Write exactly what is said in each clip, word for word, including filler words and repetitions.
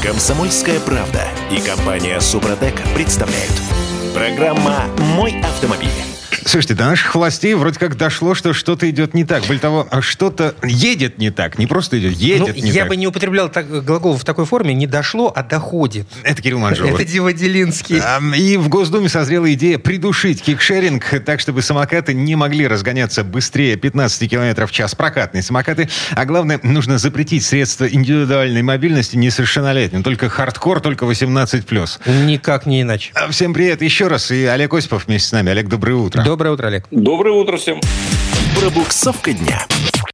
Комсомольская правда и компания «Супротек» представляют. Программа «Мой автомобиль». Слушайте, до наших властей вроде как дошло, что что-то идет не так. Более того, что-то едет не так. Не просто идет, едет ну, не я так. бы не употреблял так, глагол в такой форме. Не дошло, а доходит. Это Кирилл Манжулов. Это Дима Делинский. И в Госдуме созрела идея придушить кикшеринг так, чтобы самокаты не могли разгоняться быстрее пятнадцать километров в час. Прокатные самокаты. А главное, нужно запретить средства индивидуальной мобильности несовершеннолетним. Только хардкор, только восемнадцать плюс. Никак не иначе. Всем привет еще раз. И Олег Осипов вместе с нами. Олег, доброе утро. Доброе утро, Олег. Доброе утро всем. Пробуксовка дня.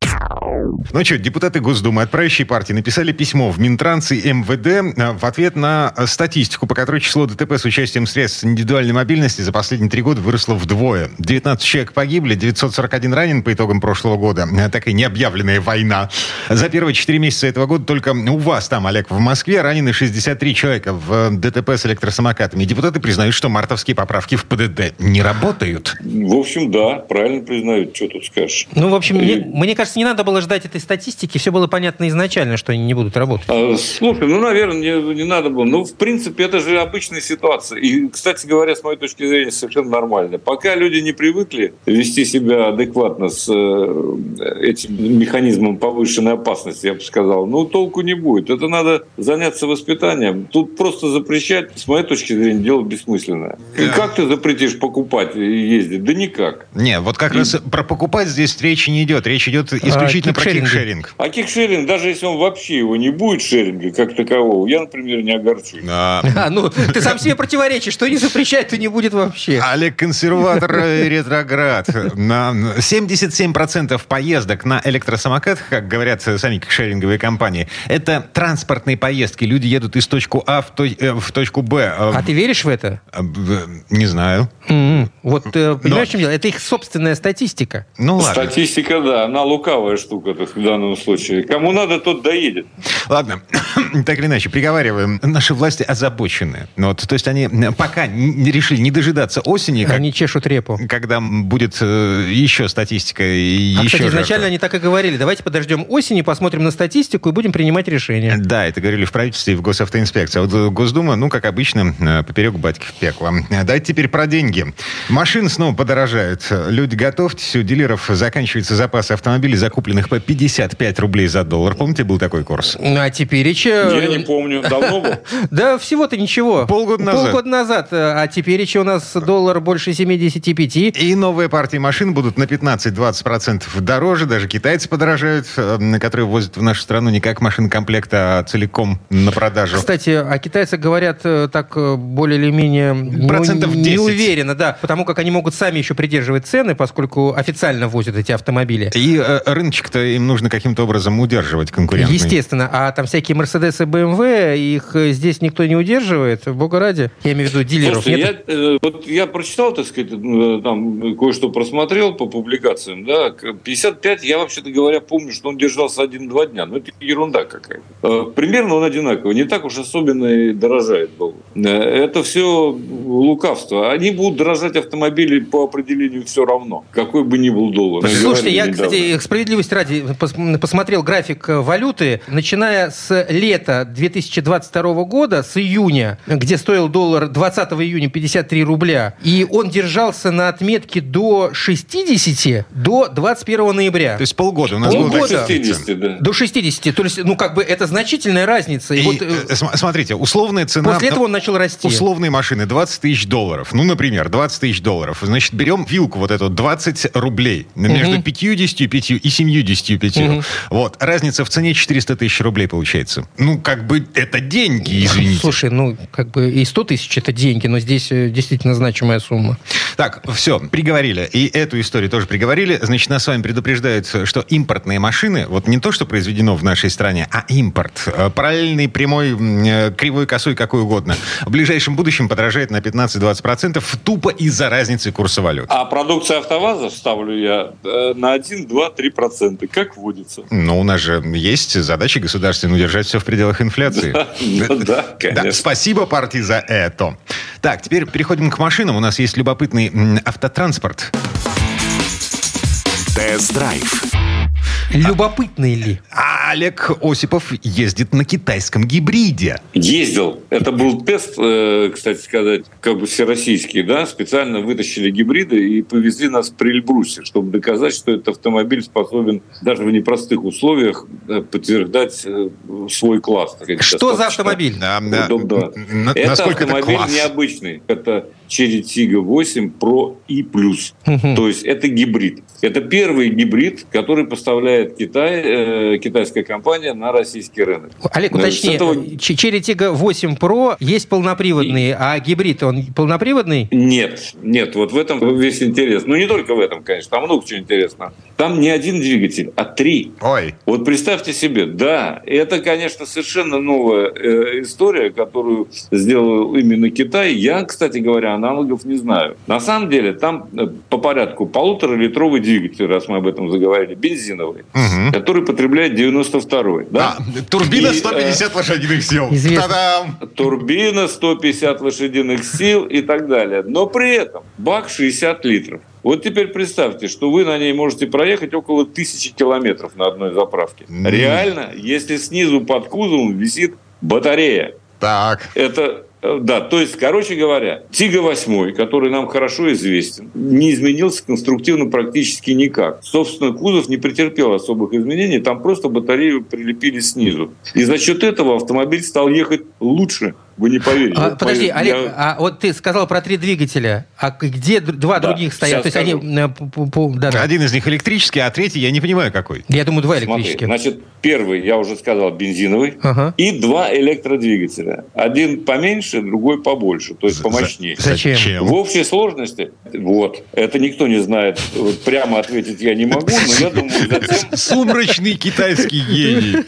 Ну что, депутаты Госдумы от правящей партии написали письмо в Минтранс и эм вэ дэ в ответ на статистику, по которой число ДТП с участием средств индивидуальной мобильности за последние три года выросло вдвое. девятнадцать человек погибли, девятьсот сорок один ранен по итогам прошлого года. Такая необъявленная война. За первые четыре месяца этого года только у вас там, Олег, в Москве ранены шестьдесят три человека в ДТП с электросамокатами. И депутаты признают, что мартовские поправки в пэ дэ дэ не работают. В общем, да, правильно признают. Что тут скажешь? Ну, в общем, И... мне, мне кажется, не надо было ждать этой статистики. Все было понятно изначально, что они не будут работать. А, слушай, ну, наверное, не, не надо было. Ну, в принципе, это же обычная ситуация. И, кстати говоря, с моей точки зрения, совершенно нормально. Пока люди не привыкли вести себя адекватно с э, этим механизмом повышенной опасности, я бы сказал, ну, толку не будет. Это надо заняться воспитанием. Тут просто запрещать, с моей точки зрения, дело бессмысленное. И как ты запретишь покупать и ездить? Да никак. Не, вот как и... раз про покупать здесь речи не идет. Речь идет исключительно а, про кикшеринг. А кикшеринг, даже если он вообще его не будет, шеринга как такового, я, например, не огорчусь. А, а ну, ты сам себе противоречишь. Что не запрещать, то не будет вообще. Олег консерватор и ретроград. семьдесят семь процентов поездок на электросамокатах, как говорят сами кикшеринговые компании, это транспортные поездки. Люди едут из точки А в, точ- в точку Б. А ты веришь в это? Не знаю. Mm-hmm. Вот, понимаешь, в чем дело? Это их собственная статистика. Ну ладно. Статистика, да, она лукавая штука в данном случае. Кому надо, тот доедет. Ладно, так или иначе, приговариваем. Наши власти озабочены. Вот, то есть они пока не решили не дожидаться осени. Как, они чешут репу. Когда будет э, еще статистика и а, еще кстати, жертвы. изначально они так и говорили. Давайте подождем осени, посмотрим на статистику и будем принимать решения. Да, это говорили в правительстве и в госавтоинспекции. А вот Госдума, ну, как обычно, поперек батьки в пекло. Давайте теперь про деньги. Машины снова подорожают. Люди, готовьтесь, у дилеров заканчиваются запасы автомобилей, закупленных по пятьдесят пять рублей за доллар. Помните, был такой курс? А теперь еще... Я не помню. Давно был? Да всего-то ничего. Полгода назад. Полгода назад. А теперь еще у нас доллар больше семьдесят пять. И новые партии машин будут на пятнадцать-двадцать процентов дороже. Даже китайцы подорожают, которые возят в нашу страну не как машинкомплект, а целиком на продажу. Кстати, о китайцах говорят так более или менее... Процентов ну, десять. Не уверенно, да. Потому как они могут сами еще придерживать цены, поскольку официально возят эти автомобили. И э, рыночек-то им нужно каким-то образом удерживать конкурентный. Естественно. А там всякие Мерседесы, бэ эм вэ, их здесь никто не удерживает. Бога ради. Я имею в виду дилеров. Слушайте, Нет? я, э, вот я прочитал, так сказать, там кое-что просмотрел по публикациям. Да, пятьдесят пять, я, вообще-то говоря, помню, что он держался один-два дня. Но это ерунда какая-то. Э, примерно он одинаковый. Не так уж особенно и дорожает был. Это все лукавство. Они будут дорожать автомобили по определению все равно. Какой бы ни был доллар. Слушайте, я, недавно. Кстати, справедливости ради посмотрел график валюты. Начиная с лета две тысячи двадцать второго года, с июня, где стоил доллар двадцатого июня пятьдесят три рубля, и он держался на отметке до шестидесяти до двадцать первого ноября. То есть полгода у нас полгода. было до шестидесяти, да. До шестидесяти. То есть, ну, как бы, это значительная разница. И, и вот, э, смотрите, условная цена... После этого он начал расти. Условные машины двадцать тысяч долларов. Ну, например, двадцать тысяч долларов. Значит, берем вилку вот эту двадцать рублей. Между угу. пятьюдесятью пятью и семьюдесятью пятью. Угу. Вот. Разница в цене четыреста тысяч рублей получается. Ну, как бы, это деньги, извините. Слушай, ну, как бы и сто тысяч это деньги, но здесь действительно значимая сумма. Так, все, приговорили. И эту историю тоже приговорили. Значит, нас с вами предупреждают, что импортные машины, вот не то, что произведено в нашей стране, а импорт, параллельный, прямой, кривой, косой, какой угодно, в ближайшем будущем подорожает на пятнадцать-двадцать процентов тупо из-за разницы курса валют. А продукция АвтоВАЗа ставлю я на один, два, три процента, как водится. Но у нас же есть задача государственная удержать все в пределах инфляции. Да, конечно. Спасибо партии за это. Так, теперь переходим к машинам. У нас есть любопытный автотранспорт. Тест-драйв. Любопытный ли? А Олег Осипов ездит на китайском гибриде. Ездил. Это был тест, кстати сказать, как бы всероссийский, да, специально вытащили гибриды и повезли нас при Эльбрусе, чтобы доказать, что этот автомобиль способен даже в непростых условиях подтверждать свой класс. Что за автомобиль? Да, да. На, это автомобиль это необычный. Это Chery Tiggo восемь Pro и плюс. Угу. То есть это гибрид. Это первый гибрид, который поставляет Китай, э, китайская компания на российский рынок. Олег, уточни, этого... Chery Tiggo восемь Pro есть полноприводный, и... а гибрид, он полноприводный? Нет, нет, вот в этом весь интерес. Ну, не только в этом, конечно, там много чего интересного. Там не один двигатель, а три. Ой. Вот представьте себе, да, это, конечно, совершенно новая э, история, которую сделал именно Китай. Я, кстати говоря, аналогов не знаю. На самом деле, там по порядку полуторалитровый двигатель, раз мы об этом заговорили, бензиновый, угу. который потребляет девяносто второй. Да? А, турбина сто пятьдесят лошадиных сил. Та-дам! Турбина сто пятьдесят лошадиных сил и так далее. Но при этом бак шестьдесят литров. Вот теперь представьте, что вы на ней можете проехать около тысячи километров на одной заправке. Mm. Реально, если снизу под кузовом висит батарея. Так. Это... Да, то есть, короче говоря, Tiggo восемь, который нам хорошо известен, не изменился конструктивно практически никак. Собственно, кузов не претерпел особых изменений, там просто батарею прилепили снизу. И за счет этого автомобиль стал ехать лучше. Вы не поверите. А, вот подожди, поверьте, Олег, я... а вот ты сказал про три двигателя. А где два да, других стоят? То есть они... Да, да. Один из них электрический, а третий я не понимаю какой. Я думаю, два электрических. Смотри, значит, первый, я уже сказал, бензиновый. Ага. И два электродвигателя. Один поменьше, другой побольше, то есть помощнее. Зачем? В общей сложности, вот, это никто не знает. Вот прямо ответить я не могу, но я думаю, затем... Сумрачный китайский гений.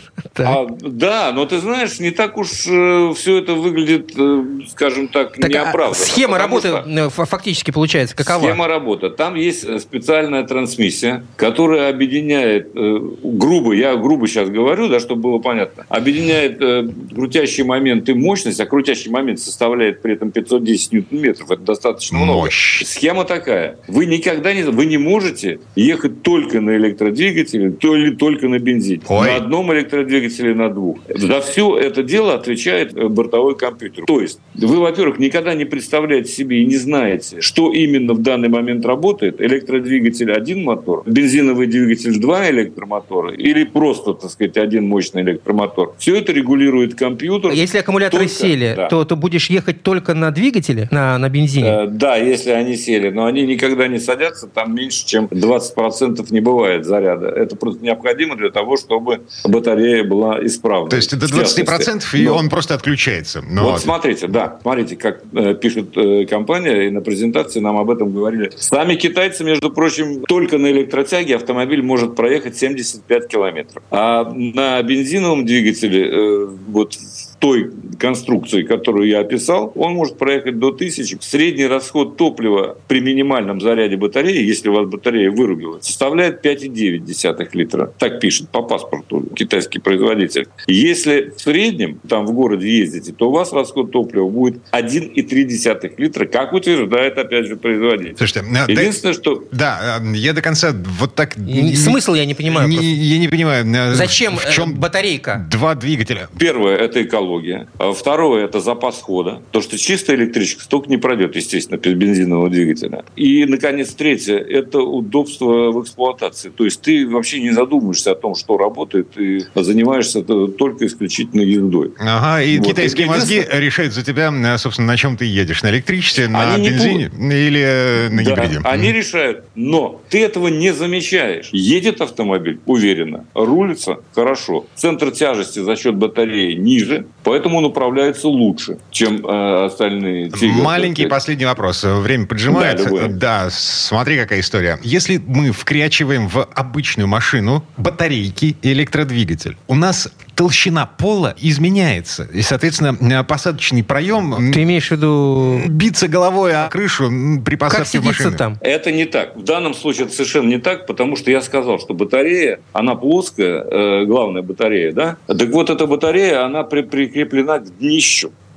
А, да, но ты знаешь, не так уж э, все это выглядит, э, скажем так, так неоправданно. Схема работы что... фактически получается какова? Схема работы. Там есть специальная трансмиссия, которая объединяет, э, грубо, я грубо сейчас говорю, да, чтобы было понятно, объединяет э, крутящий момент и мощность, а крутящий момент составляет при этом пятьсот десять ньютон-метров. Это достаточно много. Мощь. Схема такая. Вы никогда не, вы не можете ехать только на электродвигателе, то или только на бензине. Ой. На одном электродвигателе или на двух. За все это дело отвечает бортовой компьютер. То есть вы, во-первых, никогда не представляете себе и не знаете, что именно в данный момент работает. Электродвигатель один мотор, бензиновый двигатель два электромотора или просто, так сказать, один мощный электромотор. Все это регулирует компьютер. Если аккумуляторы только, сели, да. то ты будешь ехать только на двигателе, на, на бензине? Э, да, если они сели. Но они никогда не садятся, там меньше, чем двадцать процентов не бывает заряда. Это просто необходимо для того, чтобы батарея была исправна. То есть это двадцать процентов, и Но... он просто отключается. Но... Вот смотрите, да, смотрите, как э, пишет э, компания, и на презентации нам об этом говорили. Сами китайцы, между прочим, только на электротяге автомобиль может проехать семьдесят пять километров. А на бензиновом двигателе, э, вот той конструкции, которую я описал, он может проехать до тысячи. Средний расход топлива при минимальном заряде батареи, если у вас батарея вырубилась, составляет пять целых девять десятых литра. Так пишет по паспорту китайский производитель. Если в среднем там в городе ездите, то у вас расход топлива будет один целых три десятых литра, как утверждает опять же производитель. Слушайте, единственное, да, что... Да, я до конца вот так... И, смысл я не понимаю. Не, я не понимаю. Зачем в чем батарейка? Два двигателя. Первое – это экология. Второе – это запас хода. То, что чистая электричка столько не пройдет, естественно, без бензинового двигателя. И, наконец, третье – это удобство в эксплуатации. То есть ты вообще не задумываешься о том, что работает, и занимаешься только исключительно ездой. Ага, и вот. Китайские и мозги решают за тебя, собственно, на чем ты едешь. На электричестве, на они бензине или на да, гибриде? Они mm. решают, но ты этого не замечаешь. Едет автомобиль уверенно, рулится хорошо. Центр тяжести за счет батареи ниже, поэтому он управляется лучше, чем э, остальные. Тигры. Маленький последний вопрос. Время поджимает. Да, да, смотри, какая история. Если мы вкрячиваем в обычную машину батарейки и электродвигатель, у нас толщина пола изменяется. И, соответственно, посадочный проем... Ты имеешь в виду... Биться головой о крышу при посадке в машину. Там? Это не так. В данном случае это совершенно не так, потому что я сказал, что батарея, она плоская, э, главная батарея, да? Так вот, эта батарея, она при, прикреплена к днищу.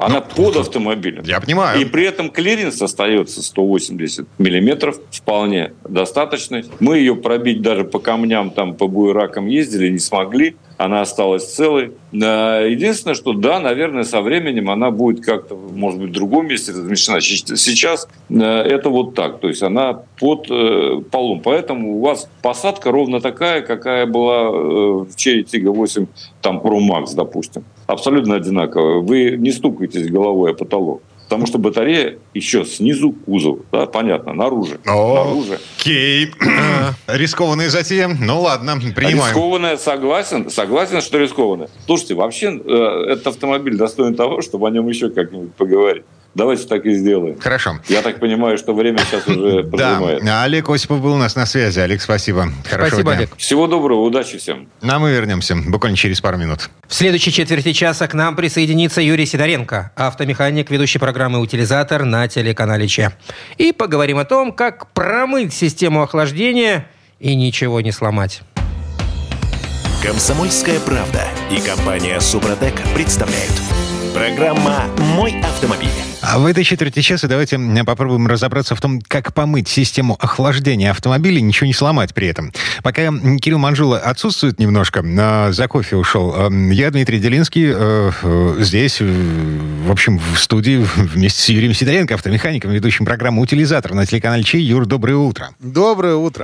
Она ну, под автомобилем. Я понимаю. И при этом клиренс остается сто восемьдесят миллиметров, вполне достаточный. Мы ее пробить даже по камням, там по буеракам ездили, не смогли. Она осталась целой. Единственное, что да, наверное, со временем она будет как-то, может быть, в другом месте размещена. Сейчас это вот так. То есть она под полом. Поэтому у вас посадка ровно такая, какая была в Cherry Tiggo восемь, там Pro Max, допустим. Абсолютно одинаковая. Вы не стукаетесь головой о потолок. Потому что батарея еще снизу кузова. Да, понятно, наружу. наружу. Окей. Рискованная затея. Ну ладно, принимаем. Рискованная, согласен. Согласен, что рискованная. Слушайте, вообще этот автомобиль достоин того, чтобы о нем еще как-нибудь поговорить. Давайте так и сделаем. Хорошо. Я так понимаю, что время сейчас уже поджимает. Да, Олег Осипов был у нас на связи. Олег, спасибо. Хорошего спасибо, дня. Олег. Всего доброго, удачи всем. Ну, а мы вернемся буквально через пару минут. В следующей четверти часа к нам присоединится Юрий Сидоренко, автомеханик, ведущий программы «Утилизатор» на телеканале Че. И поговорим о том, как промыть систему охлаждения и ничего не сломать. «Комсомольская правда» и компания «Супротек» представляют. Программа «Мой автомобиль». А в этой четверти часа давайте попробуем разобраться в том, как помыть систему охлаждения автомобиля, ничего не сломать при этом. Пока Кирилл Манжула отсутствует немножко, за кофе ушел, я, Дмитрий Делинский, здесь, в общем, в студии вместе с Юрием Сидоренко, автомехаником, ведущим программу «Утилизатор» на телеканале Че. Юр, доброе утро. Доброе утро.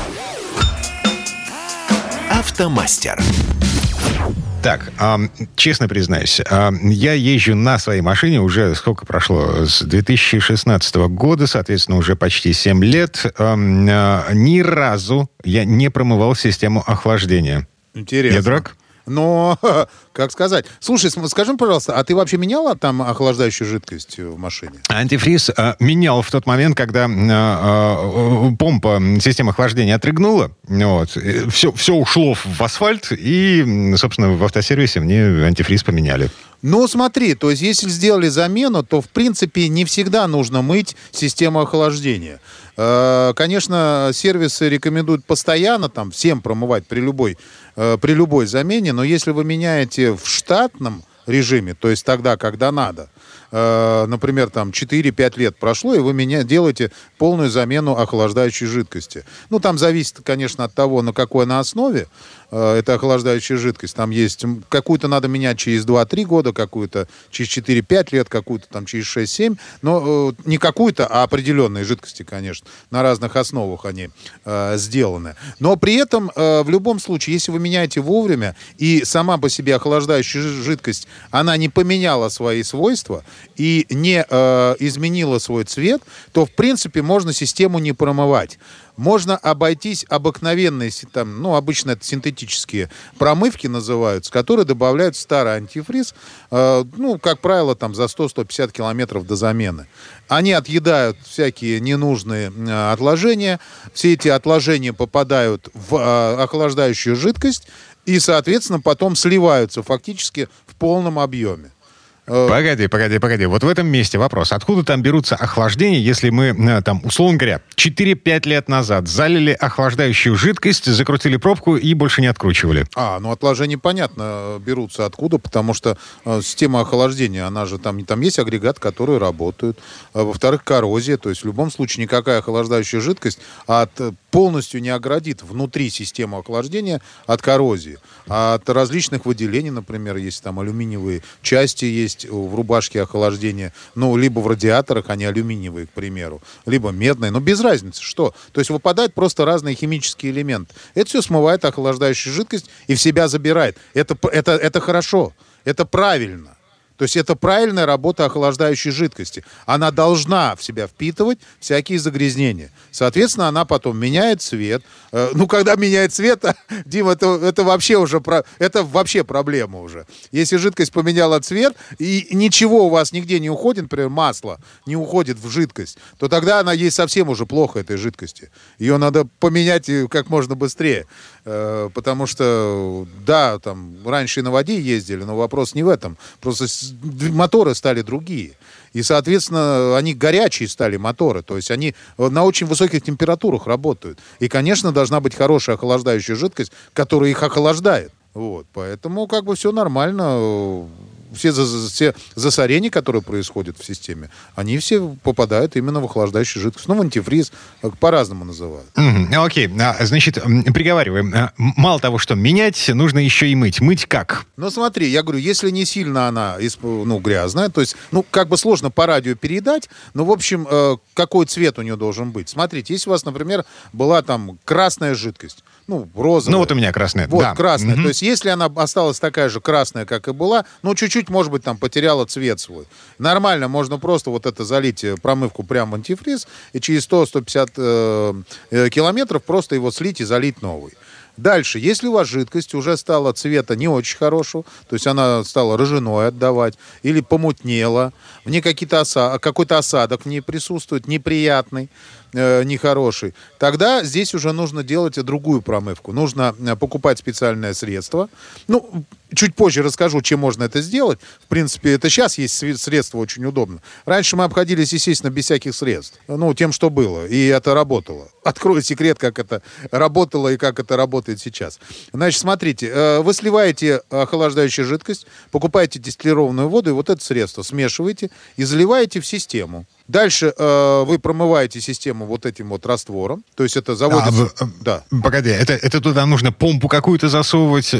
Автомастер. Так, э, честно признаюсь, э, я езжу на своей машине уже, сколько прошло, с две тысячи шестнадцатого года, соответственно, уже почти семь лет. Э, э, ни разу я не промывал систему охлаждения. Интересно. Я дурак? Но, как сказать... Слушай, скажи, пожалуйста, а ты вообще меняла там охлаждающую жидкость в машине? Антифриз э, менял в тот момент, когда э, э, помпа системы охлаждения отрыгнула. Вот, все, все ушло в асфальт, и, собственно, в автосервисе мне антифриз поменяли. Ну, смотри, то есть если сделали замену, то, в принципе, не всегда нужно мыть систему охлаждения. Конечно, сервисы рекомендуют постоянно там всем промывать при любой, при любой замене, но если вы меняете в штатном режиме, то есть тогда, когда надо, например, там четыре-пять лет прошло, и вы меня делаете полную замену охлаждающей жидкости. Ну, там зависит, конечно, от того, на какой она основе эта охлаждающая жидкость. Там есть, какую-то надо менять через два-три года, какую-то через четыре-пять лет, какую-то там через шесть-семь. Но не какую-то, а определенные жидкости, конечно. На разных основах они э, сделаны. Но при этом, э, в любом случае, если вы меняете вовремя, и сама по себе охлаждающая жидкость, она не поменяла свои свойства и не э, изменила свой цвет, то, в принципе, можно систему не промывать. Можно обойтись обыкновенные, там, ну, обычно это синтетические промывки называются, которые добавляют старый антифриз, э, ну, как правило, там за сто-сто пятьдесят километров до замены. Они отъедают всякие ненужные э, отложения, все эти отложения попадают в э, охлаждающую жидкость и, соответственно, потом сливаются фактически в полном объеме. Погоди, погоди, погоди. Вот в этом месте вопрос. Откуда там берутся охлаждения, если мы, там, условно говоря, четыре-пять лет назад залили охлаждающую жидкость, закрутили пробку и больше не откручивали? А, ну отложения, понятно, берутся откуда, потому что э, система охлаждения, она же там, там есть агрегат, которые работают. А, во-вторых, коррозия. То есть в любом случае никакая охлаждающая жидкость от, полностью не оградит внутри системы охлаждения от коррозии. А от различных выделений, например, есть там алюминиевые части, есть в рубашке охлаждения, ну, либо в радиаторах, они алюминиевые, к примеру, либо медные, но без разницы, что? То есть выпадают просто разные химические элементы. Это все смывает охлаждающую жидкость и в себя забирает. Это, это, это хорошо, это правильно. То есть это правильная работа охлаждающей жидкости. Она должна в себя впитывать всякие загрязнения. Соответственно, она потом меняет цвет. Ну, когда меняет цвет, Дим, это, это, вообще уже, это вообще проблема уже. Если жидкость поменяла цвет, и ничего у вас нигде не уходит, например, масло не уходит в жидкость, то тогда она ей совсем уже плохо, этой жидкости. Ее надо поменять как можно быстрее. Потому что, да, там раньше и на воде ездили, но вопрос не в этом. Просто моторы стали другие. И, соответственно, они горячие стали, моторы. То есть они на очень высоких температурах работают. И, конечно, должна быть хорошая охлаждающая жидкость, которая их охлаждает. Вот. Поэтому как бы все нормально. все, все засорения, которые происходят в системе, они все попадают именно в охлаждающую жидкость. Ну, в антифриз, по-разному называют. Mm-hmm. Окей, а, значит, приговариваем. Мало того, что менять, нужно еще и мыть. Мыть как? Ну, смотри, я говорю, если не сильно она, ну, грязная, то есть, ну, как бы сложно по радио передать, но, в общем, э, какой цвет у нее должен быть? Смотрите, если у вас, например, была там красная жидкость, ну, розовая. Ну, вот у меня красная. Вот, да. красная. Mm-hmm. То есть, если она осталась такая же красная, как и была, ну, чуть-чуть, может быть, там, потеряла цвет свой. Нормально, можно просто вот это залить, промывку прямо в антифриз, и через сто - сто пятьдесят э, километров просто его слить и залить новый. Дальше, если у вас жидкость уже стала цвета не очень хорошего, то есть она стала рыжиной отдавать, или помутнела, в ней какие-то оса... какой-то осадок в ней присутствует, неприятный, э, нехороший, тогда здесь уже нужно делать другую промывку. Нужно покупать специальное средство. Ну, чуть позже расскажу, чем можно это сделать. В принципе, это сейчас есть средство очень удобно. Раньше мы обходились, естественно, без всяких средств. Ну, тем, что было. И это работало. Открою секрет, как это работало и как это работает сейчас. Значит, смотрите, вы сливаете охлаждающую жидкость, покупаете дистиллированную воду, и вот это средство смешиваете и заливаете в систему. Дальше э, вы промываете систему вот этим вот раствором. То есть это заводится... А, да. Погоди, это, это туда нужно помпу какую-то засовывать, э,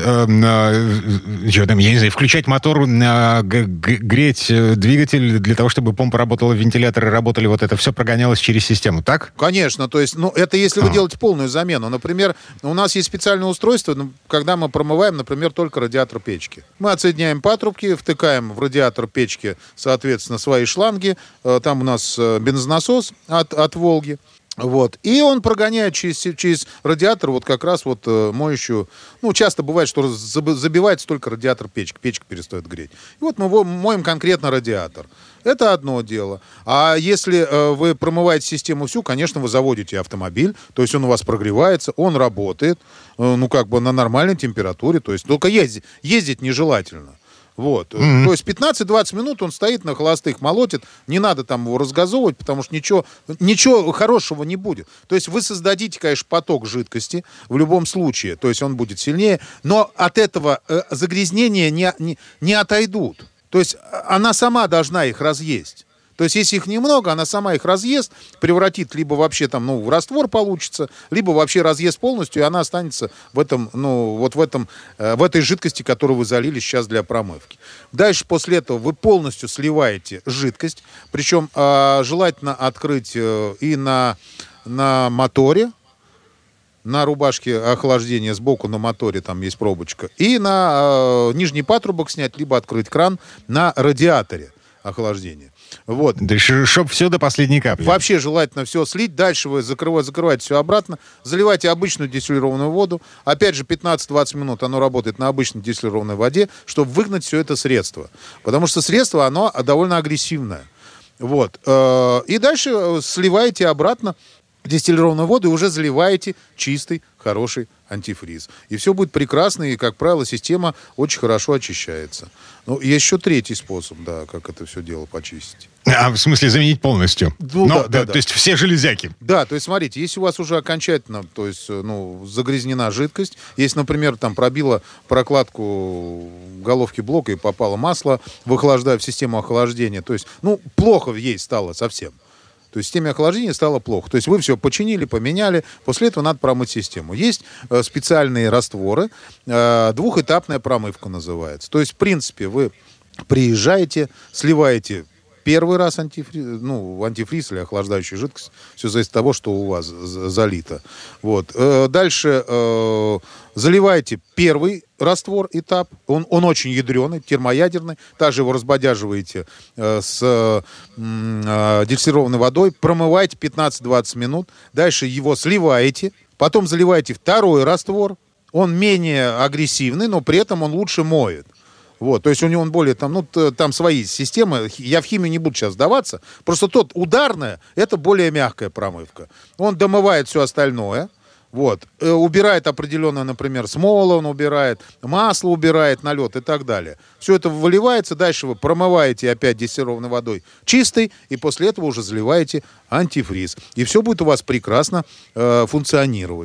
э, что там, я не знаю, включать мотор, э, г- г- греть двигатель для того, чтобы помпа работала, вентиляторы работали, вот это все прогонялось через систему, так? Конечно, то есть, ну, это если вы А. делаете полную замену. Например, у нас есть специальное устройство, ну, когда мы промываем, например, только радиатор печки. Мы отсоединяем патрубки, втыкаем в радиатор печки, соответственно, свои шланги. Э, там у нас бензонасос от, от «Волги». Вот. И он прогоняет через, через радиатор вот как раз вот э, моющую... Ну, часто бывает, что забивается только радиатор печки. Печка перестает греть. И вот мы моем конкретно радиатор. Это одно дело. А если э, вы промываете систему всю, конечно, вы заводите автомобиль, то есть он у вас прогревается, он работает, э, ну, как бы на нормальной температуре, то есть только ездить, ездить нежелательно. Вот. Mm-hmm. То есть пятнадцать-двадцать минут он стоит на холостых, молотит. Не надо там его разгазовывать, потому что ничего, ничего хорошего не будет. То есть вы создадите, конечно, поток жидкости в любом случае. То есть он будет сильнее. Но от этого э, загрязнения не, не, не отойдут. То есть она сама должна их разъесть. То есть, если их немного, она сама их разъест, превратит либо вообще там, ну, в раствор получится, либо вообще разъест полностью, и она останется в этом, ну, вот в этом, э, в этой жидкости, которую вы залили сейчас для промывки. Дальше, после этого, вы полностью сливаете жидкость, причем э, желательно открыть э, и на, на моторе, на рубашке охлаждения сбоку на моторе, там есть пробочка, и на э, нижний патрубок снять, либо открыть кран на радиаторе охлаждения. Вот. Да, чтобы все до последней капли. Вообще желательно все слить. Дальше вы закрываете, закрываете все обратно. Заливайте обычную дистиллированную воду. Опять же, пятнадцать-двадцать минут оно работает на обычной дистиллированной воде, чтобы выгнать все это средство. Потому что средство, оно довольно агрессивное. Вот. И дальше сливаете обратно дистиллированную воду и уже заливаете чистый, хороший антифриз. И все будет прекрасно, и, как правило, система очень хорошо очищается. Ну, есть еще третий способ, да, как это все дело почистить. А, в смысле, заменить полностью? Ну, Но, да, да, да, да. То есть все железяки? Да, то есть, смотрите, если у вас уже окончательно, то есть, ну, загрязнена жидкость, если, например, там пробила прокладку головки блока и попало масло в охлажда... в систему охлаждения, то есть, ну, плохо ей стало совсем. То есть в системе охлаждения стало плохо. То есть вы все починили, поменяли, после этого надо промыть систему. Есть э, специальные растворы, э, двухэтапная промывка называется. То есть, в принципе, вы приезжаете, сливаете первый раз антифриз, ну, антифриз или охлаждающую жидкость. Все зависит от того, что у вас залито. Вот. Э, дальше э, заливаете первый раствор, этап. Он, он очень ядреный, термоядерный. Также его разбодяживаете э, с э, дистиллированной водой. Промываете пятнадцать-двадцать минут. Дальше его сливаете. Потом заливаете второй раствор. Он менее агрессивный, но при этом он лучше моет. Вот, то есть у него он более там, ну, там свои системы. Я в химию не буду сейчас сдаваться. Просто тот ударная, это более мягкая промывка. Он домывает все остальное. Вот. Убирает определенное, например, смолу он убирает, масло убирает, налет и так далее. Все это выливается, дальше вы промываете опять дистиллированной водой чистой, и после этого уже заливаете антифриз. И все будет у вас прекрасно э, функционировать.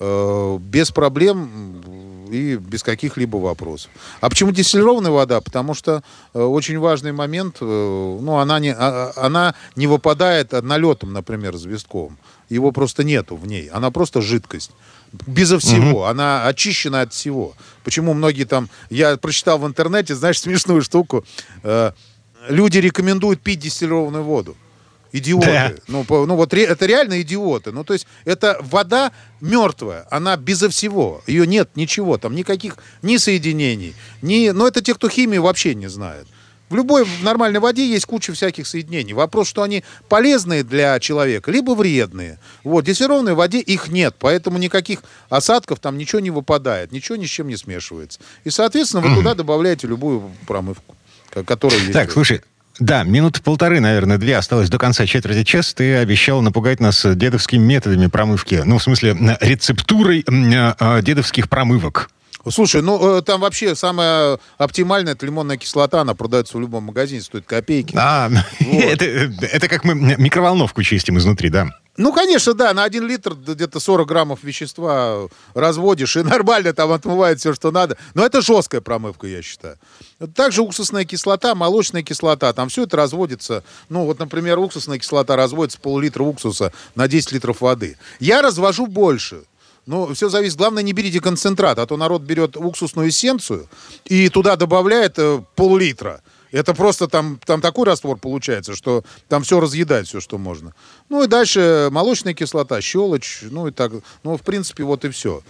э, без проблем и без каких-либо вопросов. А почему дистиллированная вода? Потому что э, очень важный момент, э, ну, она не, а, она не выпадает налетом, например, известковым. Его просто нету в ней. Она просто жидкость. Безо всего. Угу. Она очищена от всего. Почему многие там... Я прочитал в интернете, знаешь, смешную штуку. Э, люди рекомендуют пить дистиллированную воду. Идиоты. Да. Ну, по, ну, вот ре, это реально идиоты. Ну, то есть, это вода мертвая. Она безо всего. Ее нет ничего. Там никаких ни соединений, ни... Ну, это те, кто химию вообще не знает. В любой нормальной воде есть куча всяких соединений. Вопрос, что они полезные для человека, либо вредные. Вот, в дистиллированной воде их нет, поэтому никаких осадков там ничего не выпадает, ничего ни с чем не смешивается. И, соответственно, вы туда добавляете любую промывку, которая есть. Так, слушай, да, минут полторы, наверное, две осталось до конца четверти часа. Ты обещал напугать нас дедовскими методами промывки. Ну, в смысле, рецептурой дедовских промывок. Слушай, ну там вообще самая оптимальная это лимонная кислота, она продается в любом магазине, стоит копейки. А, вот. это, это как мы микроволновку чистим изнутри, да? Ну, конечно, да, на один литр где-то сорок граммов вещества разводишь, и нормально там отмывает все, что надо. Но это жесткая промывка, я считаю. Также уксусная кислота, молочная кислота, там все это разводится. Ну, вот, например, уксусная кислота разводится пол-литра уксуса на десять литров воды. Я развожу больше. Ну, все зависит. Главное, не берите концентрат, а то народ берет уксусную эссенцию и туда добавляет э, пол-литра. Это просто там, там такой раствор получается, что там все разъедает, все, что можно. Ну, и дальше молочная кислота, щелочь, ну, и так. Ну, в принципе, вот и все.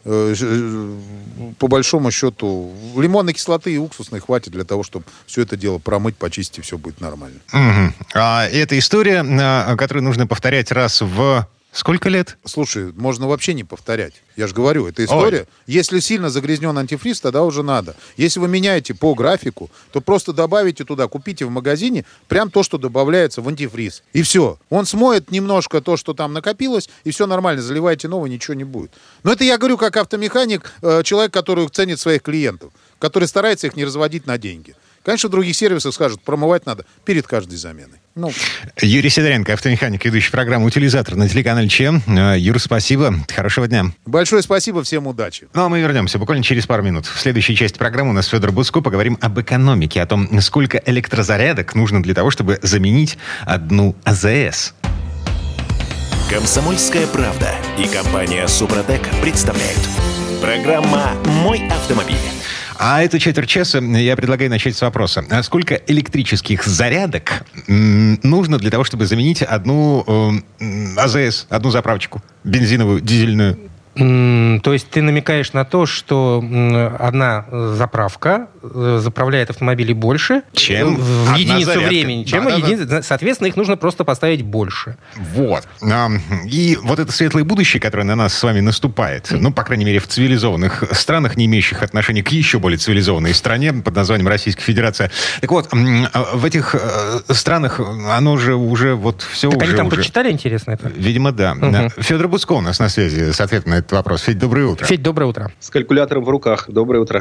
По большому счету, лимонной кислоты и уксусной хватит для того, чтобы все это дело промыть, почистить, и все будет нормально. Угу. А это история, которую нужно повторять раз в... Сколько лет? Слушай, можно вообще не повторять. Я же говорю, это история. Ой. Если сильно загрязнен антифриз, тогда уже надо. Если вы меняете по графику, то просто добавите туда, купите в магазине прям то, что добавляется в антифриз. И все. Он смоет немножко то, что там накопилось, и все нормально. Заливайте новое, ничего не будет. Но это я говорю как автомеханик, человек, который ценит своих клиентов, который старается их не разводить на деньги. Конечно, в других сервисах скажут, промывать надо перед каждой заменой. Ну. Юрий Сидоренко, автомеханик, ведущий программу «Утилизатор» на телеканале ЧЕМ. Юр, спасибо. Хорошего дня. Большое спасибо. Всем удачи. Ну, а мы вернемся буквально через пару минут. В следующей части программы у нас Федор Буцко. Поговорим об экономике, о том, сколько электрозарядок нужно для того, чтобы заменить одну АЗС. «Комсомольская правда» и компания «Супротек» представляют. Программа «Мой автомобиль». А эту четверть часа я предлагаю начать с вопроса. А сколько электрических зарядок м, нужно для того, чтобы заменить одну э, АЗС, одну заправочку? Бензиновую, дизельную? То есть ты намекаешь на то, что одна заправка заправляет автомобили больше, чем в единицу зарядка. времени, чем да, единиц... да, да. Соответственно, их нужно просто поставить больше. Вот. И вот это светлое будущее, которое на нас с вами наступает, ну, по крайней мере, в цивилизованных странах, не имеющих отношения к еще более цивилизованной стране под названием Российская Федерация. Так вот, в этих странах оно же уже вот все так уже... они там уже... почитали, интересно это? Видимо, да. Угу. Федор Буцко у нас на связи с ответом на этот вопрос. Федь, доброе утро. Федь, доброе утро. С калькулятором в руках. Доброе утро.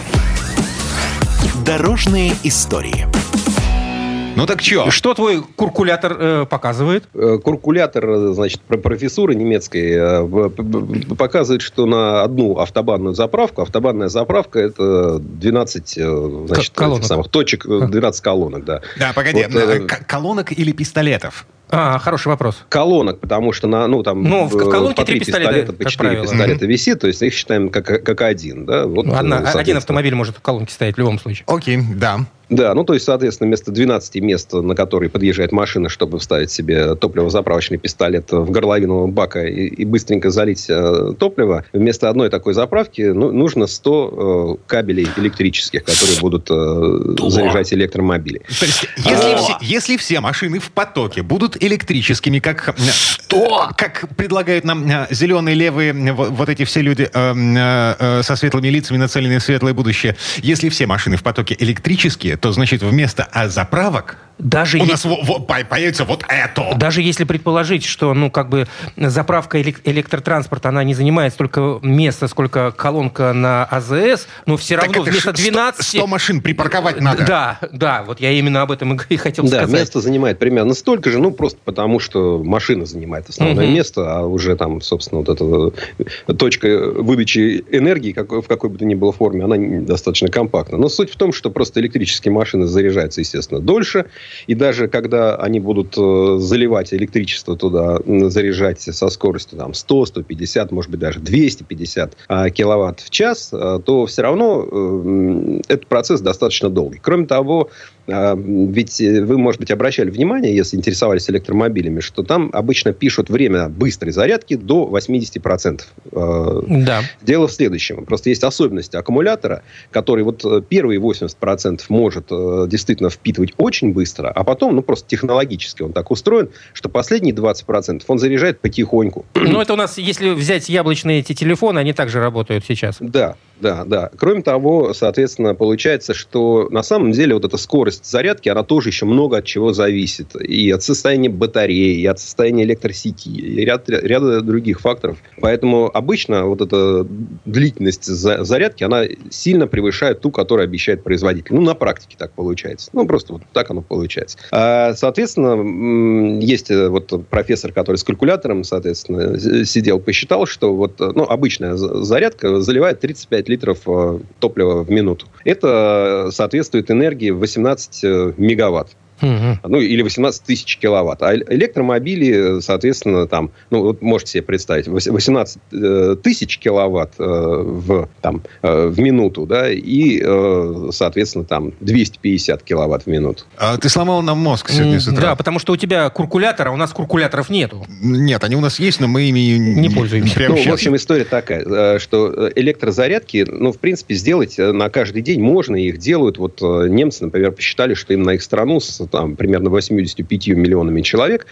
Дорожные истории. Ну так что? Что твой куркулятор э, показывает? Куркулятор, значит, профессуры немецкой э, показывает, что на одну автобанную заправку, автобанная заправка это двенадцать э, значит, колонок. Самых точек, двенадцать колонок, да. Да, погоди, вот, э, колонок или пистолетов? А, хороший вопрос. Колонок, потому что на, ну, там, ну, в, в колонке по три пистолета, пистолета по четыре пистолета mm-hmm. висит, то есть их считаем как, как один. Да? Вот, Одна, один автомобиль может в колонке стоять в любом случае. Окей, okay, да. Да, ну то есть, соответственно, вместо двенадцати мест, на которые подъезжает машина, чтобы вставить себе топливозаправочный пистолет в горловину бака и, и быстренько залить э, топливо, вместо одной такой заправки ну, нужно сто э, кабелей электрических, которые будут э, заряжать электромобили. То есть, если, все, если все машины в потоке будут электрическими, как, как предлагают нам зеленые, левые, вот, вот эти все люди э, э, со светлыми лицами, нацеленные в светлое будущее, если все машины в потоке электрические, то, значит, вместо заправок Даже У если... нас во- во- появится вот это. Даже если предположить, что, ну, как бы заправка элек- электротранспорта, она не занимает столько места, сколько колонка на АЗС, но все Так равно это вместо ж сто- двенадцати... сто машин припарковать надо. Да, да, вот я именно об этом и хотел Да, сказать. место занимает примерно столько же, ну, просто потому, что машина занимает основное Мгм. место, а уже там, собственно, вот эта точка выдачи энергии, как, в какой бы то ни было форме, она не- достаточно компактна. Но суть в том, что просто электрические машины заряжаются, естественно, дольше, и даже когда они будут э, заливать электричество туда, м, заряжать со скоростью там, сто, сто пятьдесят, может быть, даже двести пятьдесят а, киловатт в час, а, то все равно э, этот процесс достаточно долгий. Кроме того, а, ведь вы, может быть, обращали внимание, если интересовались электромобилями, что там обычно пишут время быстрой зарядки до восемьдесят процентов. А, Да. Дело в следующем. Просто есть особенности аккумулятора, который вот э, первые восемьдесят процентов может э, действительно впитывать очень быстро, а потом, ну, просто технологически он так устроен, что последние двадцать процентов он заряжает потихоньку. Ну, это у нас, если взять яблочные эти телефоны, они также работают сейчас. Да, да, да. Кроме того, соответственно, получается, что на самом деле вот эта скорость зарядки, она тоже еще много от чего зависит. И от состояния батареи, и от состояния электросети, и ряд, ряда других факторов. Поэтому обычно вот эта длительность за- зарядки, она сильно превышает ту, которую обещает производитель. Ну, на практике так получается. Ну, просто вот так оно получается. А, соответственно, м, есть вот профессор, который с калькулятором, соответственно, с- сидел, посчитал, что вот, ну, обычная за- зарядка заливает тридцать пять литров э, топлива в минуту. Это соответствует энергии восемнадцать э, мегаватт. Мгм. Ну, или восемнадцать тысяч киловатт. А электромобили, соответственно, там, ну, вот можете себе представить, восемнадцать тысяч киловатт э, в, там, э, в минуту, да, и, э, соответственно, там, двести пятьдесят киловатт в минуту. А ты сломал нам мозг сегодня с утра. Да, потому что у тебя куркулятор, а у нас куркуляторов нету. Нет, они у нас есть, но мы ими Не пользуемся. прямо Ну, в сейчас. общем, история такая, э, что электрозарядки, ну, в принципе, сделать э, на каждый день можно, и их делают. Вот э, немцы, например, посчитали, что им на их страну с там, примерно восемьдесят пять миллионами человек,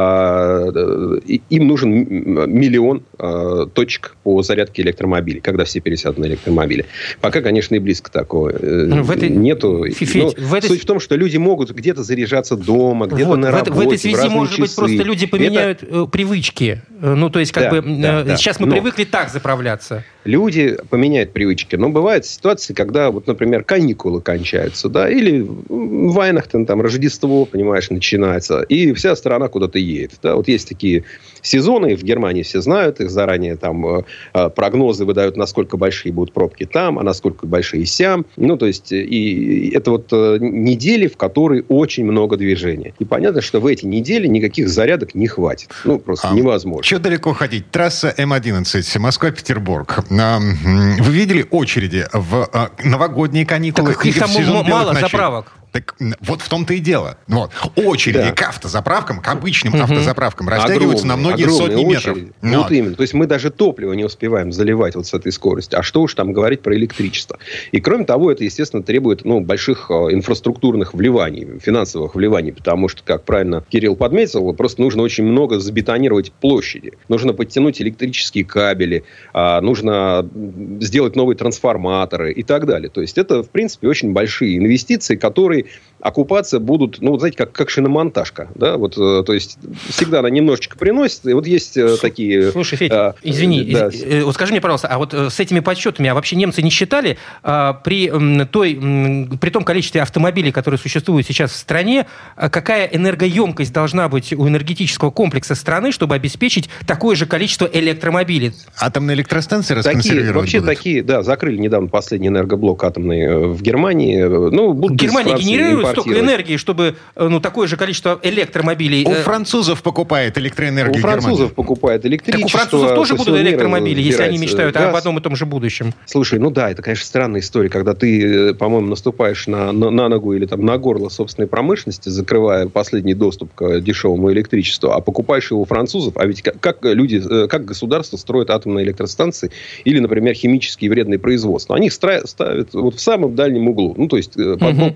а, э, им нужен м- миллион э, точек по зарядке электромобилей, когда все пересядут на электромобили. Пока, конечно, и близко такого э, В этой- нету. Федь, Но в этой- Суть в том, что люди могут где-то заряжаться дома, где-то Вот, на в, работе, этой- в этой в связи, разные может быть, часы. просто люди Это- поменяют э, привычки. Э, Ну, то есть, как Да, бы, да, э, да. сейчас мы Но- привыкли так заправляться. Люди поменяют привычки. Но бывают ситуации, когда, вот, например, каникулы кончаются, да, или Вайнахтен, там, Рождество, понимаешь, начинается, и вся страна куда-то едет. Да. Вот есть такие сезоны, в Германии все знают, их заранее там э, прогнозы выдают, насколько большие будут пробки там, а насколько большие сям. Ну, то есть, и это вот э, недели, в которые очень много движения. И понятно, что в эти недели никаких зарядок не хватит. Ну, просто А, невозможно. Чего далеко ходить? Трасса Эм одиннадцать, Москва-Петербург. А, м, Вы видели очереди в а, новогодние каникулы Так их или там в сезон м- белых мало ночей? заправок. Так м, вот в том-то и дело. Вот. Очереди Да. к автозаправкам, к обычным Мгм. автозаправкам растягиваются на Огромные, многие огромные сотни метров. очереди. Ну, Вот именно. То есть мы даже топливо не успеваем заливать вот с этой скоростью. А что уж там говорить про электричество. И кроме того, это, естественно, требует ну, больших э, инфраструктурных вливаний, финансовых вливаний. Потому что, как правильно Кирилл подметил, просто нужно очень много забетонировать площади. Нужно подтянуть электрические кабели, а, нужно сделать новые трансформаторы и так далее. То есть это, в принципе, очень большие инвестиции, которые окупаться будут, ну, вот знаете, как, как шиномонтажка. Да? Вот, э, то есть всегда она немножечко приносит. И вот есть э, такие... Слушай, Федь, а, извини, да. из- э, вот скажи мне, пожалуйста, а вот э, с этими подсчетами, а вообще немцы не считали а, при, м, той, м, при том количестве автомобилей, которые существуют сейчас в стране, а какая энергоемкость должна быть у энергетического комплекса страны, чтобы обеспечить такое же количество электромобилей? Атомные электростанции Такие, расконсервировать вообще будут? такие, да, закрыли недавно последний энергоблок атомный э, в Германии. Э, Ну, будут из Германия Франции генерирует столько импортировать. энергии, чтобы э, ну, такое же количество электромобилей... У э, французов покупает У электроэнергию французов Германия. покупает Так электричество. у французов тоже со будут всего мира электромобили, если они забирается мечтают газ. об одном и том же будущем. Слушай, ну да, это, конечно, странная история, когда ты, по-моему, наступаешь на, на, на ногу или там на горло собственной промышленности, закрывая последний доступ к дешевому электричеству, а покупаешь его у французов. А ведь как, как люди, э, как государство строит атомные электростанции или, например, химические вредные производства? Они их стра- ставят вот в самом дальнем углу. Ну, то есть, э, под, Мгм. под нос соседей.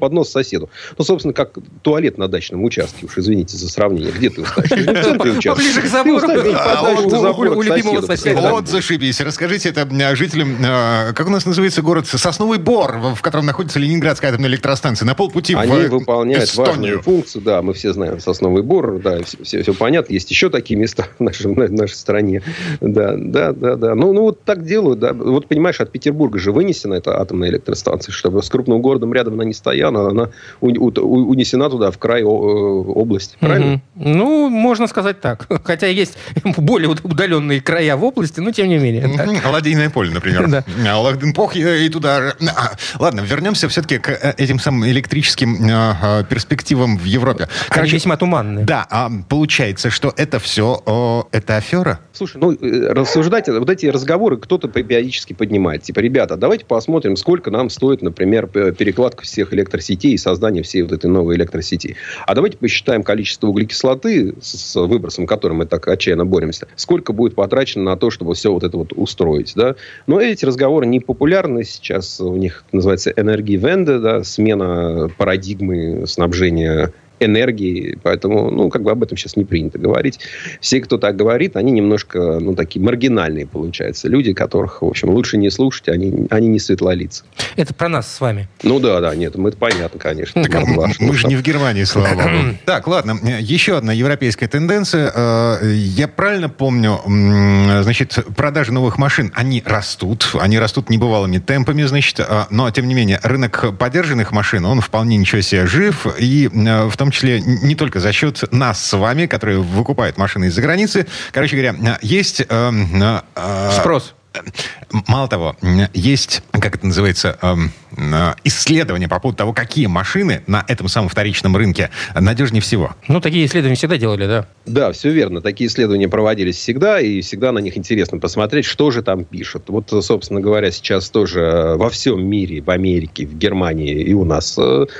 соседу. Ну, собственно, как туалет на дачном участке, уж извините за сравнение. Где ты ставишь? В центре участка. Поближе к забору. У любимого соседа. Вот зашибись. Расскажите это жителям, как у нас называется город Сосновый Бор, в котором находится Ленинградская атомная электростанция, на полпути в Эстонию. Они выполняют важную функцию, да, мы все знаем Сосновый Бор, да, все, все, все понятно. Есть еще такие места в, нашем, в нашей стране. Да, да, да, да. Ну, ну, вот так делают, да. Вот, понимаешь, от Петербурга же вынесена эта атомная электростанция, чтобы с крупным городом рядом она не стояла, она унесена туда, в край области. Правильно? Mm-hmm. Ну, можно сказать так. Хотя есть более удаленные края в области, но тем не менее. Mm-hmm. Ладейное поле, например. Да. Лахденпох и туда. Ладно, вернемся все-таки к этим самым электрическим перспективам в Европе. Они весьма туманные. Да, а получается, что это все о, это афера? Слушай, ну, рассуждать, вот эти разговоры кто-то периодически поднимает. Типа, ребята, давайте посмотрим, сколько нам стоит, например, перекладка всех электросетей и создание всей вот этой новой электросети. А давайте посчитаем количество углекислоты с выбросом, которым мы так отчаянно боремся. Сколько будет потрачено на то, чтобы все вот это вот устроить, да? Но эти разговоры не популярны сейчас. У них называется энергивенде, да, смена парадигмы снабжения энергии, поэтому, ну, как бы об этом сейчас не принято говорить. Все, кто так говорит, они немножко, ну, такие маргинальные, получаются. Люди, которых, в общем, лучше не слушать, они, они не светлолицы. Это про нас с вами. Ну, да, да, нет, мы, это понятно, конечно. Так, мы, мы же не в Германии, слава богу. Так, ладно, еще одна европейская тенденция. Я правильно помню, значит, продажи новых машин, они растут, они растут небывалыми темпами, значит, но, тем не менее, рынок подержанных машин, он вполне ничего себе жив, и в том В том числе не только за счет нас с вами, которые выкупают машины из-за границы. Короче говоря, есть... Э, э, Спрос. Мало того, есть, как это называется, исследования по поводу того, какие машины на этом самом вторичном рынке надежнее всего. Ну, такие исследования всегда делали, да? Да, все верно. Такие исследования проводились всегда, и всегда на них интересно посмотреть, что же там пишут. Вот, собственно говоря, сейчас тоже во всем мире, в Америке, в Германии и у нас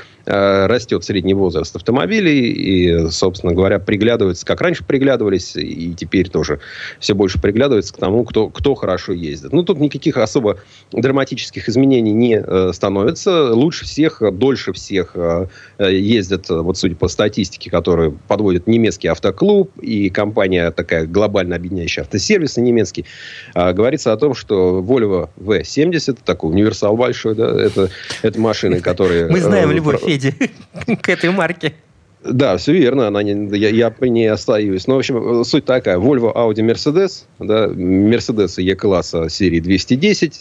растет средний возраст автомобилей, и, собственно говоря, приглядываются, как раньше приглядывались, и теперь тоже все больше приглядываются к тому, кто, кто хорошо ездит. Ну, тут никаких особо драматических изменений не э, становится. Лучше всех, дольше всех э, ездят, вот судя по статистике, которую подводит немецкий автоклуб и компания такая глобально объединяющая автосервисы немецкий, э, говорится о том, что Volvo ви семьдесят, такой универсал большой, да, это, это машины, которые... Мы знаем любовь Феди к этой марке. Да, все верно, она не, я, я при ней остаюсь. Но, в общем, суть такая. Volvo, Audi, Mercedes. Да, Mercedes E-класса серии двести десять.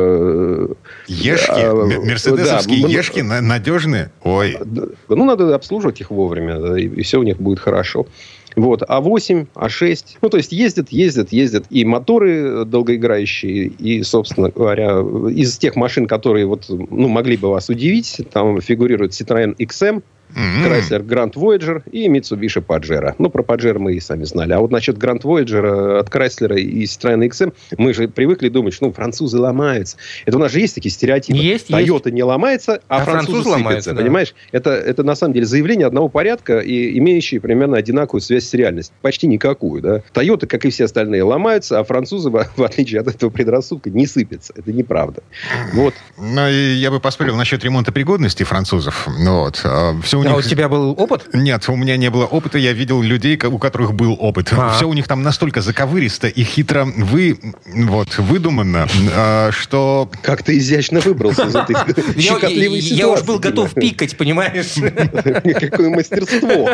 Э, ешки? А, мерседесовские да, ешки надежные? Ой. Ну, надо обслуживать их вовремя, да, и, и все у них будет хорошо. Вот. а восемь, а шесть. Ну, то есть, ездят, ездят, ездят. И моторы долгоиграющие, и, собственно говоря, из тех машин, которые вот, ну, могли бы вас удивить, там фигурирует Citroёn икс эм, Chrysler Grand Voyager и Mitsubishi Pajero. Ну, про Pajero мы и сами знали. А вот насчет Grand Voyager от Chrysler и Citroёn икс эм мы же привыкли думать, что ну, французы ломаются. Это у нас же есть такие стереотипы. Есть, Toyota есть. не ломается, а, а французы сыпятся. Ломаются, да. Понимаешь? Это, это на самом деле заявление одного порядка и имеющие примерно одинаковую связь с реальностью. Почти никакую, да. Toyota, как и все остальные, ломаются, а французы, в отличие от этого предрассудка, не сыпятся. Это неправда. Вот. Ну, я бы поспорил насчет ремонта пригодности французов. Вот. Все у них... А у тебя был опыт? Нет, у меня не было опыта. Я видел людей, у которых был опыт. А-а-а. Все у них там настолько заковыристо и хитро вы, вот, выдумано, что... Как ты изящно выбрался из этой щекотливой ситуации. Я уж был готов пикать, понимаешь? Какое мастерство.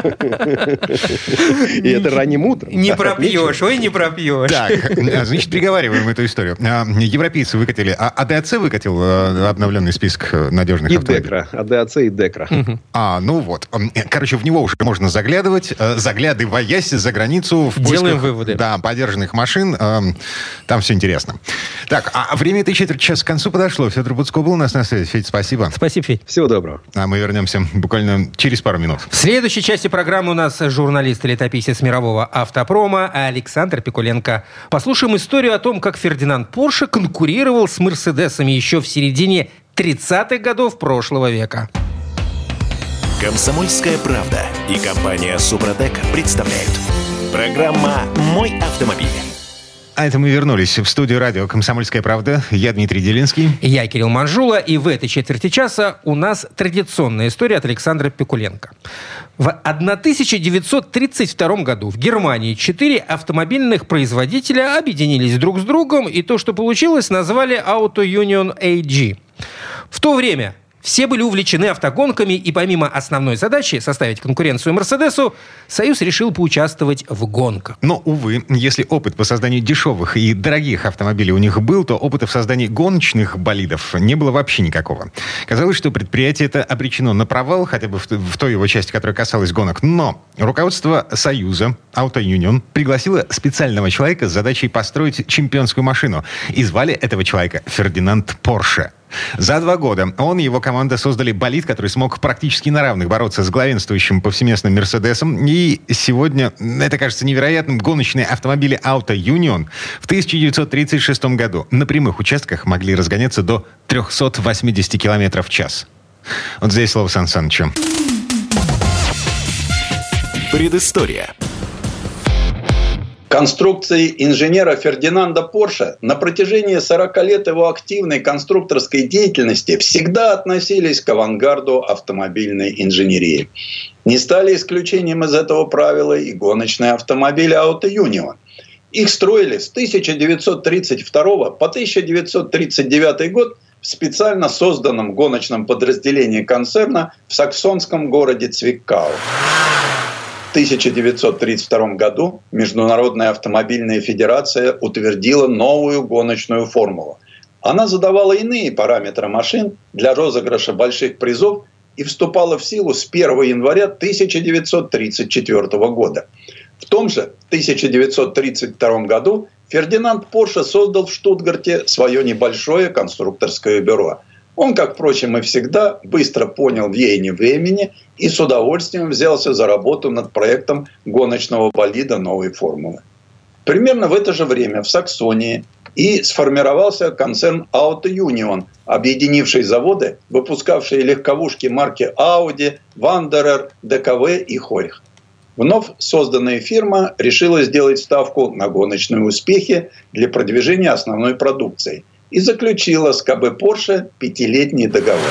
И это ранним утром. Не пропьешь, ой, не пропьешь. Так, значит, приговариваем эту историю. Европейцы выкатили, а АДАЦ выкатил обновленный список надежных автомобилей. И Декра. АДАЦ и Декра. А, ну вот. Короче, в него уже можно заглядывать, заглядываясь за границу в поисках... Делаем выводы. Да, подержанных машин. Там все интересно. Так, а время этой четверти часа к концу подошло. Федор Буцко был у нас на связи. Федь, спасибо. Спасибо, Федь. Всего доброго. А мы вернемся буквально через пару минут. В следующей части программы у нас журналист и летописец мирового автопрома Александр Пикуленко. Послушаем историю о том, как Фердинанд Порше конкурировал с Мерседесами еще в середине тридцатых годов прошлого века. «Комсомольская правда» и компания «Супротек» представляют. Программа «Мой автомобиль». А это мы вернулись в студию радио «Комсомольская правда». Я Дмитрий Делинский. Я Кирилл Манжула. И в этой четверти часа у нас традиционная история от Александра Пикуленко. В тысяча девятьсот тридцать втором году в Германии четыре автомобильных производителя объединились друг с другом, и то, что получилось, назвали Auto Union эй джи. В то время все были увлечены автогонками, и помимо основной задачи составить конкуренцию Мерседесу, Союз решил поучаствовать в гонках. Но, увы, если опыт по созданию дешевых и дорогих автомобилей у них был, то опыта в создании гоночных болидов не было вообще никакого. Казалось, что предприятие это обречено на провал, хотя бы в, в той его части, которая касалась гонок. Но руководство Союза, Auto Union, пригласило специального человека с задачей построить чемпионскую машину. И звали этого человека Фердинанд Порше. За два года он и его команда создали болид, который смог практически на равных бороться с главенствующим повсеместным Мерседесом. И сегодня, это кажется невероятным, гоночные автомобили Auto Union в тысяча девятьсот тридцать шестом году на прямых участках могли разгоняться до триста восемьдесят километров в час. Вот здесь слово Сан Санычу. Предыстория. Конструкции инженера Фердинанда Порше на протяжении сорока лет его активной конструкторской деятельности всегда относились к авангарду автомобильной инженерии. Не стали исключением из этого правила и гоночные автомобили Auto Union. Их строили с тысяча девятьсот тридцать второго по тысяча девятьсот тридцать девятый год в специально созданном гоночном подразделении концерна в саксонском городе Цвиккау. В тысяча девятьсот тридцать втором году Международная автомобильная федерация утвердила новую гоночную формулу. Она задавала иные параметры машин для розыгрыша больших призов и вступала в силу с первого января тысяча девятьсот тридцать четвёртого года. В том же тысяча девятьсот тридцать втором году Фердинанд Порше создал в Штутгарте свое небольшое конструкторское бюро. Он, как, впрочем, и всегда, быстро понял веяние времени и с удовольствием взялся за работу над проектом гоночного болида новой формулы. Примерно в это же время в Саксонии и сформировался концерн Auto Union, объединивший заводы, выпускавшие легковушки марки Audi, Wanderer, дэ ка вэ и Хорьх. Вновь созданная фирма решила сделать ставку на гоночные успехи для продвижения основной продукции и заключила с ка бэ Порше пятилетний договор.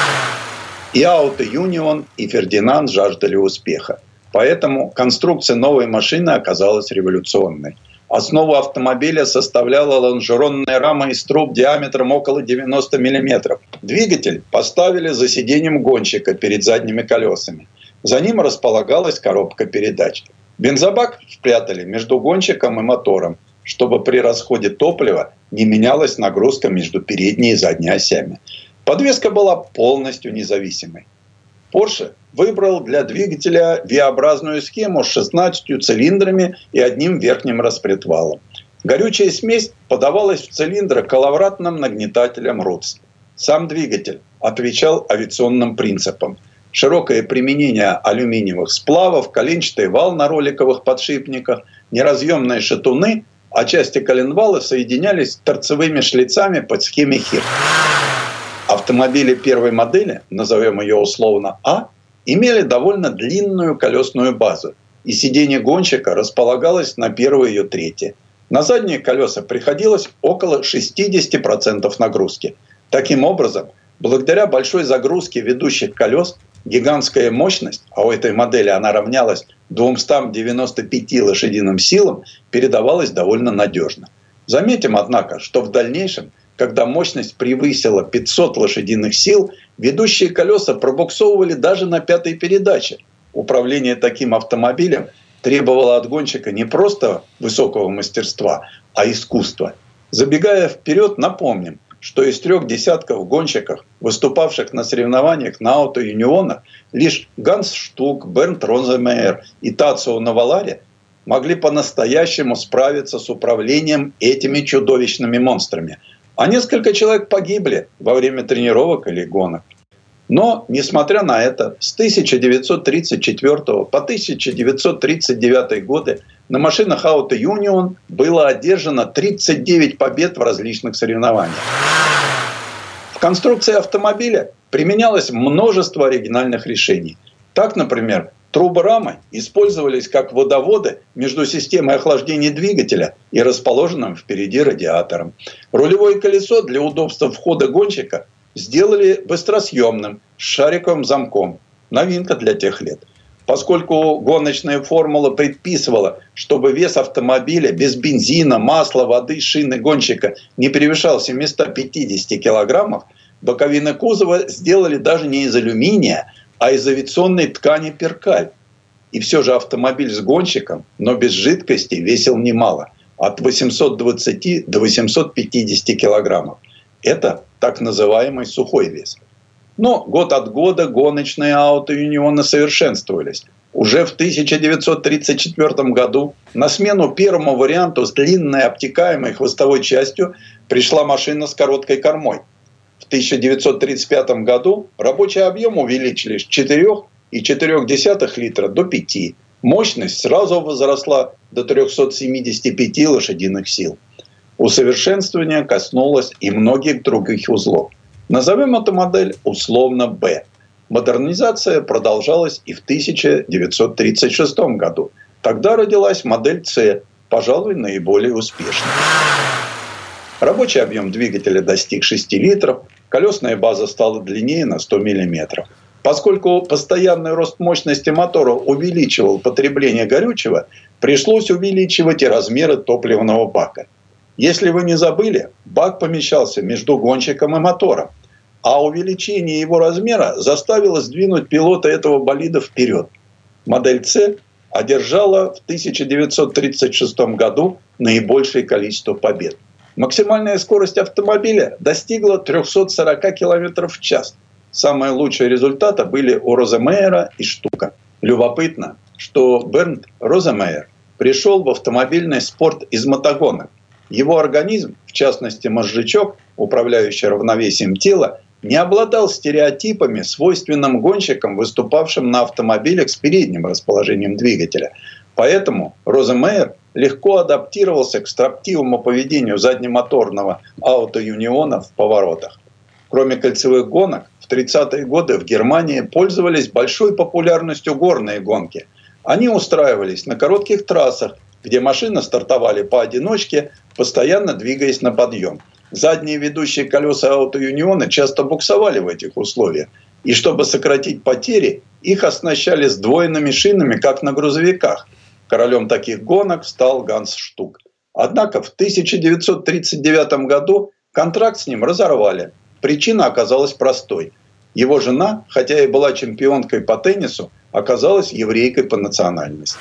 И Auto Union, и Фердинанд жаждали успеха. Поэтому конструкция новой машины оказалась революционной. Основу автомобиля составляла лонжеронная рама из труб диаметром около девяноста миллиметров. Двигатель поставили за сиденьем гонщика перед задними колесами. За ним располагалась коробка передач. Бензобак спрятали между гонщиком и мотором, чтобы при расходе топлива не менялась нагрузка между передней и задней осями. Подвеска была полностью независимой. Порше выбрал для двигателя V-образную схему с шестнадцатью цилиндрами и одним верхним распредвалом. Горючая смесь подавалась в цилиндры коловратным нагнетателем РУЦ. Сам двигатель отвечал авиационным принципам. Широкое применение алюминиевых сплавов, коленчатый вал на роликовых подшипниках, неразъемные шатуны, а части коленвала соединялись торцевыми шлицами под схемой Хирт. Автомобили первой модели, назовем ее условно А, имели довольно длинную колесную базу, и сиденье гонщика располагалось на первой ее трети. На задние колеса приходилось около шестьдесят процентов нагрузки. Таким образом, благодаря большой загрузке ведущих колес, гигантская мощность, а у этой модели она равнялась двумстам девяноста пяти лошадиным силам, передавалась довольно надежно. Заметим, однако, что в дальнейшем, когда мощность превысила пятьсот лошадиных сил, ведущие колеса пробуксовывали даже на пятой передаче. Управление таким автомобилем требовало от гонщика не просто высокого мастерства, а искусства. Забегая вперед, напомним, что из трех десятков гонщиков, выступавших на соревнованиях на Auto Union, лишь Ганс Штук, Бернт Розенмейер и Тацио Навалари могли по-настоящему справиться с управлением этими чудовищными монстрами. А несколько человек погибли во время тренировок или гонок. Но, несмотря на это, с тысяча девятьсот тридцать четвёртого по тысяча девятьсот тридцать девятый годы на машинах Auto Union было одержано тридцать девять побед в различных соревнованиях. В конструкции автомобиля применялось множество оригинальных решений. Так, например, Трубы рамы использовались как водоводы между системой охлаждения двигателя и расположенным впереди радиатором. Рулевое колесо для удобства входа гонщика сделали быстросъемным, с шариковым замком. Новинка для тех лет. Поскольку гоночная формула предписывала, чтобы вес автомобиля без бензина, масла, воды, шины гонщика не превышал семьсот пятьдесят килограммов, боковины кузова сделали даже не из алюминия, а из авиационной ткани перкаль. И все же автомобиль с гонщиком, но без жидкости, весил немало. От восьмисот двадцати до восьмисот пятидесяти килограммов. Это так называемый сухой вес. Но год от года гоночные аутоюнионы совершенствовались. Уже в тысяча девятьсот тридцать четвёртом году на смену первому варианту с длинной обтекаемой хвостовой частью пришла машина с короткой кормой. В тысяча девятьсот тридцать пятом году рабочий объем увеличили с четырёх и четырёх десятых литра до пяти. Мощность сразу возросла до трёхсот семидесяти пяти лошадиных сил. Усовершенствование коснулось и многих других узлов. Назовем эту модель условно «Б». Модернизация продолжалась и в тысяча девятьсот тридцать шестом году. Тогда родилась модель «С», пожалуй, наиболее успешной. Рабочий объем двигателя достиг шести литров, колесная база стала длиннее на сто миллиметров. Поскольку постоянный рост мощности мотора увеличивал потребление горючего, пришлось увеличивать и размеры топливного бака. Если вы не забыли, бак помещался между гонщиком и мотором, а увеличение его размера заставило сдвинуть пилота этого болида вперед. Модель «С» одержала в тысяча девятьсот тридцать шестом году наибольшее количество побед. Максимальная скорость автомобиля достигла трёхсот сорока километров в час. Самые лучшие результаты были у Роземейера и Штука. Любопытно, что Бернд Роземейер пришел в автомобильный спорт из мотогонок. Его организм, в частности мозжечок, управляющий равновесием тела, не обладал стереотипами, свойственным гонщикам, выступавшим на автомобилях с передним расположением двигателя. Поэтому Роземейер легко адаптировался к строптивому поведению заднемоторного аутоюниона в поворотах. Кроме кольцевых гонок, в тридцатые годы в Германии пользовались большой популярностью горные гонки. Они устраивались на коротких трассах, где машины стартовали поодиночке, постоянно двигаясь на подъем. Задние ведущие колеса аутоюниона часто буксовали в этих условиях. И чтобы сократить потери, их оснащали сдвоенными шинами, как на грузовиках. Королем таких гонок стал Ганс Штук. Однако в тысяча девятьсот тридцать девятом году контракт с ним разорвали. Причина оказалась простой. Его жена, хотя и была чемпионкой по теннису, оказалась еврейкой по национальности.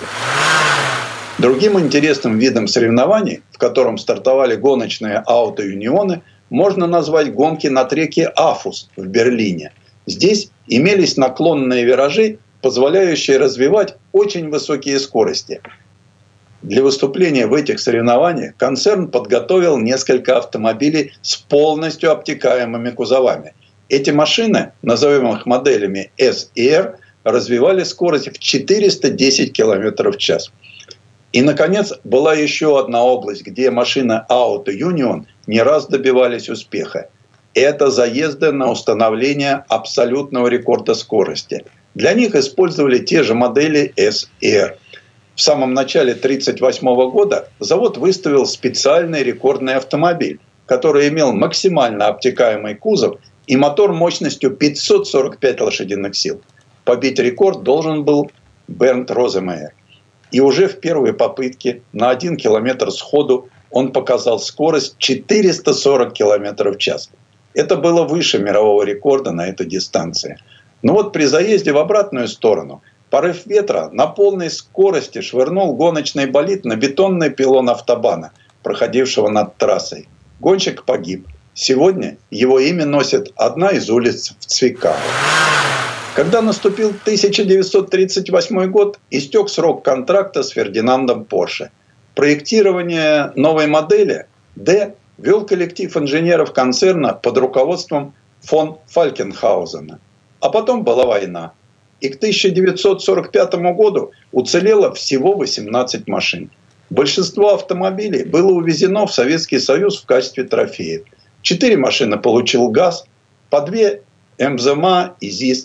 Другим интересным видом соревнований, в котором стартовали гоночные аутоюнионы, можно назвать гонки на треке Афус в Берлине. Здесь имелись наклонные виражи, позволяющие развивать очень высокие скорости. Для выступления в этих соревнованиях концерн подготовил несколько автомобилей с полностью обтекаемыми кузовами. Эти машины, назовем их моделями S и R, развивали скорость в четыреста десять километров в час. И, наконец, была еще одна область, где машины Auto Union не раз добивались успеха. Это заезды на установление абсолютного рекорда скорости. Для них использовали те же модели S и R. В самом начале тысяча девятьсот тридцать восьмого года завод выставил специальный рекордный автомобиль, который имел максимально обтекаемый кузов и мотор мощностью пятьсот сорок пять лошадиных сил. Побить рекорд должен был Бернд Роземейер. И уже в первой попытке на один километр сходу он показал скорость четыреста сорок километров в час. Это было выше мирового рекорда на этой дистанции. Но вот при заезде в обратную сторону порыв ветра на полной скорости швырнул гоночный болид на бетонный пилон автобана, проходившего над трассой. Гонщик погиб. Сегодня его имя носит одна из улиц в Цвикау. Когда наступил тысяча девятьсот тридцать восьмой год, истек срок контракта с Фердинандом Порше. Проектирование новой модели «Д» вел коллектив инженеров концерна под руководством фон Фалькенхаузена. А потом была война. И к тысяча девятьсот сорок пятому году уцелело всего восемнадцать машин. Большинство автомобилей было увезено в Советский Союз в качестве трофеев. Четыре машины получил ГАЗ, по две МЗМА и ЗИС.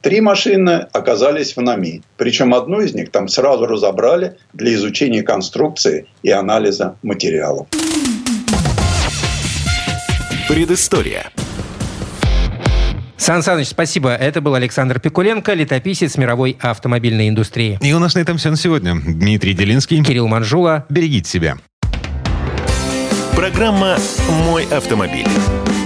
Три машины оказались в НАМИ. Причем одну из них там сразу разобрали для изучения конструкции и анализа материалов. Предыстория. Сан Саныч, спасибо. Это был Александр Пикуленко, летописец мировой автомобильной индустрии. И у нас на этом все на сегодня. Дмитрий Делинский. Кирилл Манжула. Берегите себя. Программа «Мой автомобиль».